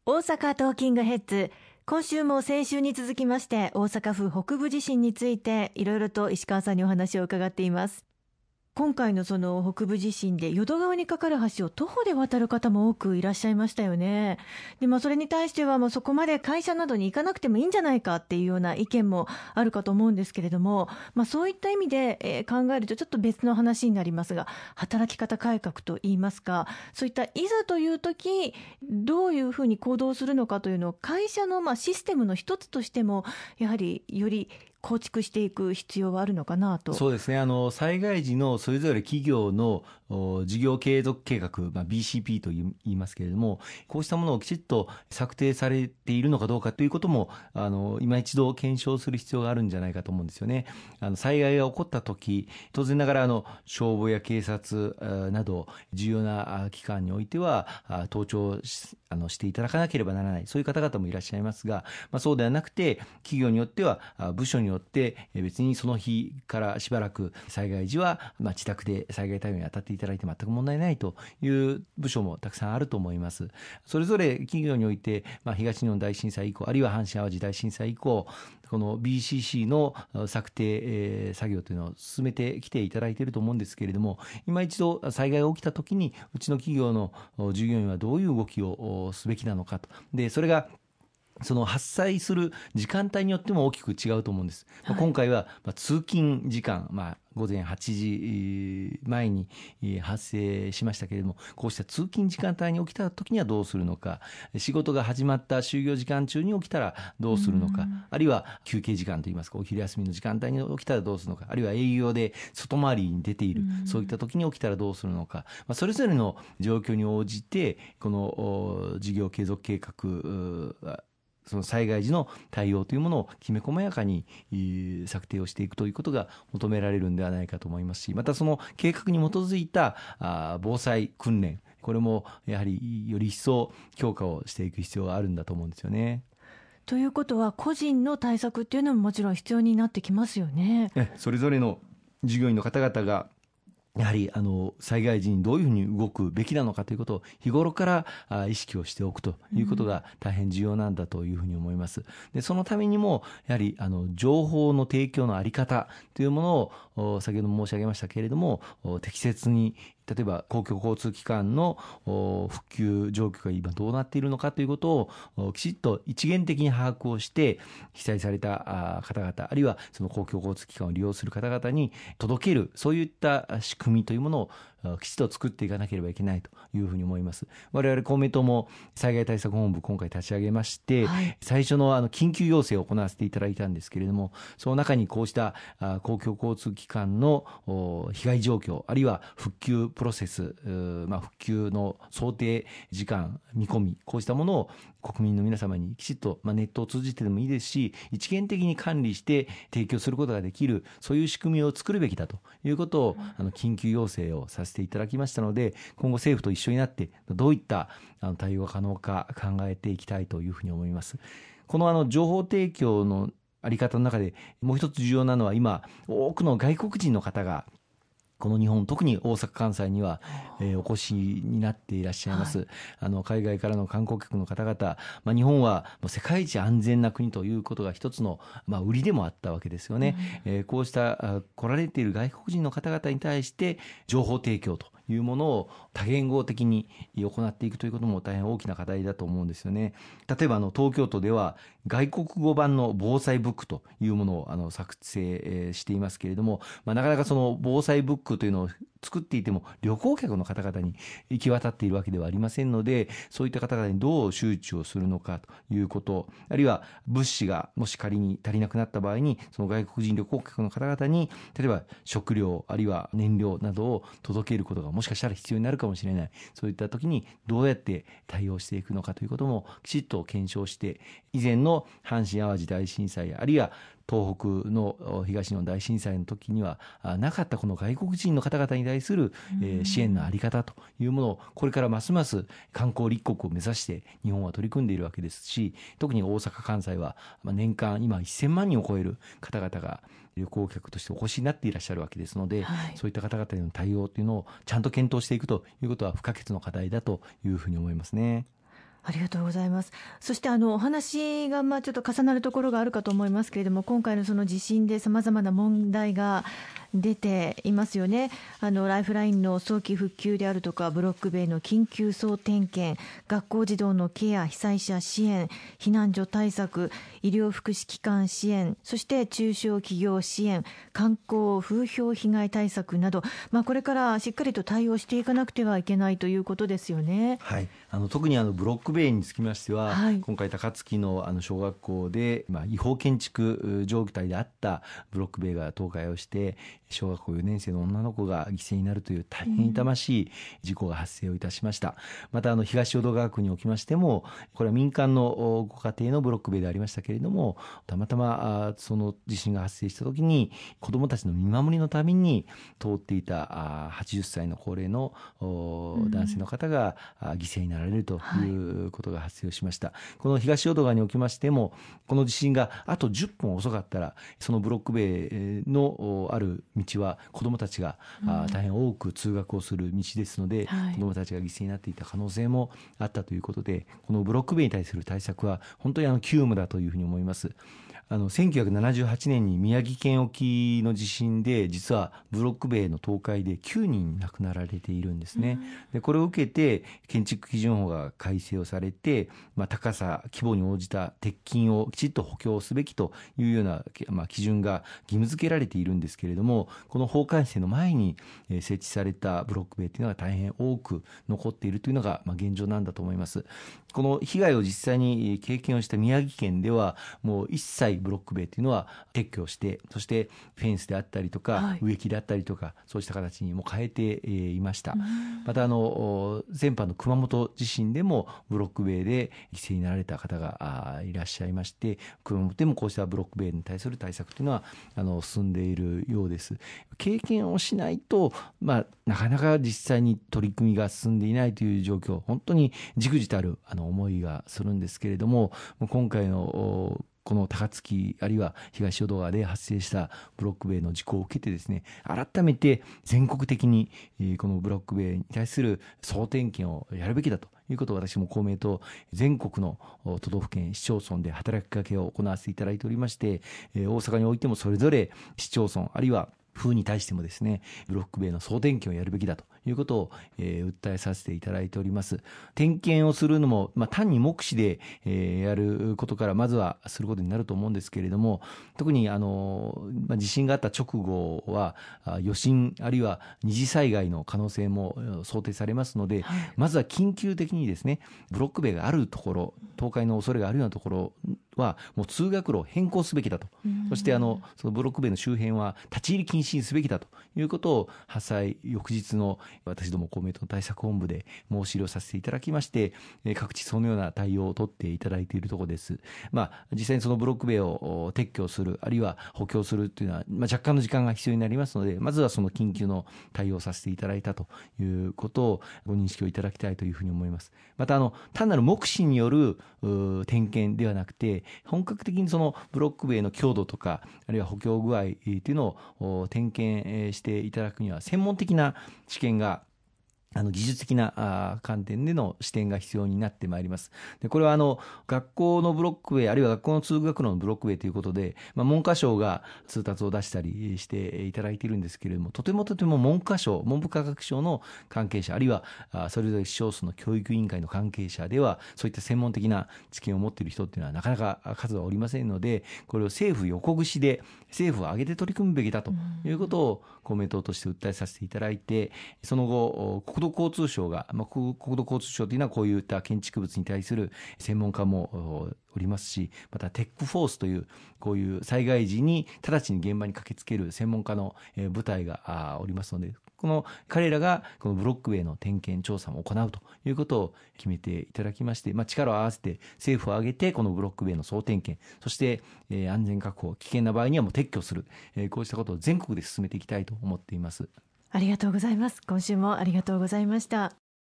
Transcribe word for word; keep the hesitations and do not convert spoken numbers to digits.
大阪トーキングヘッズ、今週も先週に続きまして大阪府北部地震についていろいろと石川さんにお話を伺っています。今回のその北部地震で淀川に架かる橋を徒歩で渡る方も多くいらっしゃいましたよね。で、まあ、それに対してはもうそこまで会社などに行かなくてもいいんじゃないかっていうような意見もあるかと思うんですけれども、まあ、そういった意味で、えー考えるとちょっと別の話になりますが、働き方改革といいますか、そういったいざという時どういうふうに行動するのかというのを会社のまあシステムの一つとしてもやはりより構築していく必要はあるのかなと。 そうですね。あの災害時のそれぞれ企業のお事業継続計画、まあ、ビーシーピー と言いますけれども、こうしたものをきちっと策定されているのかどうかということもあの今一度検証する必要があるんじゃないかと思うんですよね。あの災害が起こった時、当然ながらあの消防や警察あなど重要なあ機関においてはあ登庁しあのしていただかなければならない、そういう方々もいらっしゃいますが、まあ、そうではなくて企業によってはあ部署によってえ別にその日からしばらく災害時はまあ自宅で災害対応に当たっていただいて全く問題ないという部署もたくさんあると思います。それぞれ企業において、まあ、東日本大震災以降、あるいは阪神淡路大震災以降、この ビーシーシー の策定、えー作業というのを進めてきていただいていると思うんですけれども、今一度災害が起きたときにうちの企業のお従業員はどういう動きをおすべきなのかと。でそれがその発災する時間帯によっても大きく違うと思うんです。まあはい今回はまあ通勤時間、まあ、午前はちじまえにえー発生しましたけれども、こうした通勤時間帯に起きた時にはどうするのか、仕事が始まった就業時間中に起きたらどうするのか、あるいは休憩時間といいますかお昼休みの時間帯に起きたらどうするのか、あるいは営業で外回りに出ている、そういった時に起きたらどうするのか、まあ、それぞれの状況に応じてこのお事業継続計画うその災害時の対応というものをきめ細やかにえー策定をしていくということが求められるんではないかと思いますし、またその計画に基づいたあー防災訓練、これもやはりより一層強化をしていく必要があるんだと思うんですよね。 ということは個人の対策っていうのももちろん必要になってきますよね。 えそれぞれの従業員の方々がやはりあの災害時にどういうふうに動くべきなのかということを日頃からあ意識をしておくということが大変重要なんだというふうに思います。でそのためにもやはりあの情報の提供のあり方というものをお先ほども申し上げましたけれども、お適切に例えば公共交通機関のお復旧状況が今どうなっているのかということをおきちっと一元的に把握をして被災されたあ方々、あるいはその公共交通機関を利用する方々に届ける、そういった仕組みというものをあきちっと作っていかなければいけないというふうに思います。我々公明党も災害対策本部今回立ち上げまして、 はい、 最初のあの緊急要請を行わせていただいたんですけれども、その中にこうしたあ公共交通機関のお被害状況、あるいは復旧プロセス、うーまあ、復旧の想定時間見込み、こうしたものを国民の皆様にきちっと、まあ、ネットを通じてでもいいですし一元的に管理して提供することができる、そういう仕組みを作るべきだということをあの緊急要請をさせていただきましたので、今後政府と一緒になってどういったあの対応が可能か考えていきたいというふうに思います。このあの情報提供のあり方の中でもう一つ重要なのは、今多くの外国人の方がこの日本、特に大阪・関西には、えーお越しになっていらっしゃいます。はい、あの海外からの観光客の方々、まあ、日本はもう世界一安全な国ということが一つの、まあ、売りでもあったわけですよね。うんえーこうしたあ来られている外国人の方々に対して情報提供というものを多言語的に行っていくということも大変大きな課題だと思うんですよね。例えばあの東京都では外国語版の防災ブックというものをあの作成えーしていますけれども、まあ、なかなかその防災ブックというのを作っていても旅行客の方々に行き渡っているわけではありませんので、そういった方々にどう周知をするのかということ、あるいは物資がもし仮に足りなくなった場合にその外国人旅行客の方々に例えば食料あるいは燃料などを届けることがもしかしたら必要になるかもしれない、そういった時にどうやって対応していくのかということもきちっと検証して、以前の阪神・淡路大震災あるいは東北の東日本大震災の時にはなかったこの外国人の方々に対する支援の在り方というものをこれからますます観光立国を目指して日本は取り組んでいるわけですし、特に大阪・関西は年間今せんまんにんを超える方々が旅行客としてお越しになっていらっしゃるわけですので、はい、そういった方々への対応というのをちゃんと検討していくということは不可欠の課題だというふうに思いますね。 ありがとうございます。そしてあのお話がまあちょっと重なるところがあるかと思いますけれども、今回のその地震でさまざまな問題が出ていますよね。あのライフラインの早期復旧であるとか、ブロック塀の緊急総点検、学校児童のケア、被災者支援、避難所対策、医療福祉機関支援、そして中小企業支援、観光風評被害対策など、まあ、これからしっかりと対応していかなくてはいけないということですよね。 はい、あの特にあのブロック塀につきましては、 はい、 今回高槻のあの小学校で、まあ、違法建築状態であったブロック塀が倒壊をして小学校よねん生の女の子が犠牲になるという大変痛ましい事故が発生をいたしました。うん、またあの東淀川区におきましても、これは民間のご家庭のブロック塀でありましたけれども、たまたまその地震が発生した時に子どもたちの見守りのために通っていたはちじゅっさいの高齢の男性の方が犠牲になられるということが発生をしました。はい、この東淀川におきましても、この地震があとじゅっぷん遅かったら、そのブロック塀のある道は子どもたちが大変多く通学をする道ですので、はい、子どもたちが犠牲になっていた可能性もあったということで、このブロック塀に対する対策は本当にあの急務だというふうに思います。あのせんきゅうひゃくななじゅうはちねんに宮城県沖の地震で、実はブロック塀の倒壊できゅうにん亡くなられているんですね。でこれを受けて建築基準法が改正をされて、まあ、高さ規模に応じた鉄筋をきちっと補強すべきというような、まあ、基準が義務付けられているんですけれども、この法改正の前に設置されたブロック塀というのが大変多く残っているというのが、まあ、現状なんだと思います。この被害を実際に経験をした宮城県では、もう一切ブロック塀というのは撤去して、そしてフェンスであったりとか、はい、植木であったりとか、そうした形にも変えていました。またあの前般の熊本地震でもブロック塀で犠牲になられた方がいらっしゃいまして、熊本でもこうしたブロック塀に対する対策というのはあの進んでいるようです。経験をしないと、まあ、なかなか実際に取り組みが進んでいないという状況、本当にじくじたるあの思いがするんですけれども、今回のこの高槻あるいは東淀川で発生したブロック塀の事故を受けてですね、改めて全国的にこのブロック塀に対する総点検をやるべきだということを、私も公明党全国の都道府県市町村で働きかけを行わせていただいておりまして、大阪においてもそれぞれ市町村あるいは府に対してもですね、ブロック塀の総点検をやるべきだということを、えー、訴えさせていただいております。点検をするのも、まあ、単に目視で、えー、やることからまずはすることになると思うんですけれども、特にあの、まあ、地震があった直後は余震あるいは二次災害の可能性も想定されますので、はい、まずは緊急的にですね、ブロック塀があるところ、倒壊の恐れがあるようなところはもう通学路を変更すべきだと、そしてあのそのブロック塀の周辺は立ち入り禁止にすべきだということを、発災翌日の私ども公明党対策本部で申し入れをさせていただきまして、各地そのような対応を取っていただいているところです。まあ、実際にそのブロック塀を撤去するあるいは補強するというのは、まあ、若干の時間が必要になりますので、まずはその緊急の対応をさせていただいたということをご認識をいただきたいというふうに思います。またあの単なる目視による点検ではなくて、本格的にそのブロック塀の強度とかあるいは補強具合というのを点検していただくには、専門的な知見があの技術的な観点での視点が必要になってまいります。でこれはあの学校のブロック塀あるいは学校の通学路のブロック塀ということで、まあ、文科省が通達を出したりしていただいているんですけれども、とてもとても文科省文部科学省の関係者あるいはそれぞれ市町村の教育委員会の関係者では、そういった専門的な知見を持っている人っていうのはなかなか数はおりませんので、これを政府横串で政府を挙げて取り組むべきだということを公明党として訴えさせていただいて、その後国土交通省が、まあ、国土交通省というのはこういった建築物に対する専門家もおりますし、またテックフォースというこういう災害時に直ちに現場に駆けつける専門家の部隊がおりますので、この彼らがこのブロック塀の点検調査も行うということを決めていただきまして、まあ、力を合わせて政府を挙げてこのブロック塀の総点検、そして、えー、安全確保、危険な場合にはもう撤去する、えー、こうしたことを全国で進めていきたいと思っています。 ありがとうございます。今週もありがとうございました。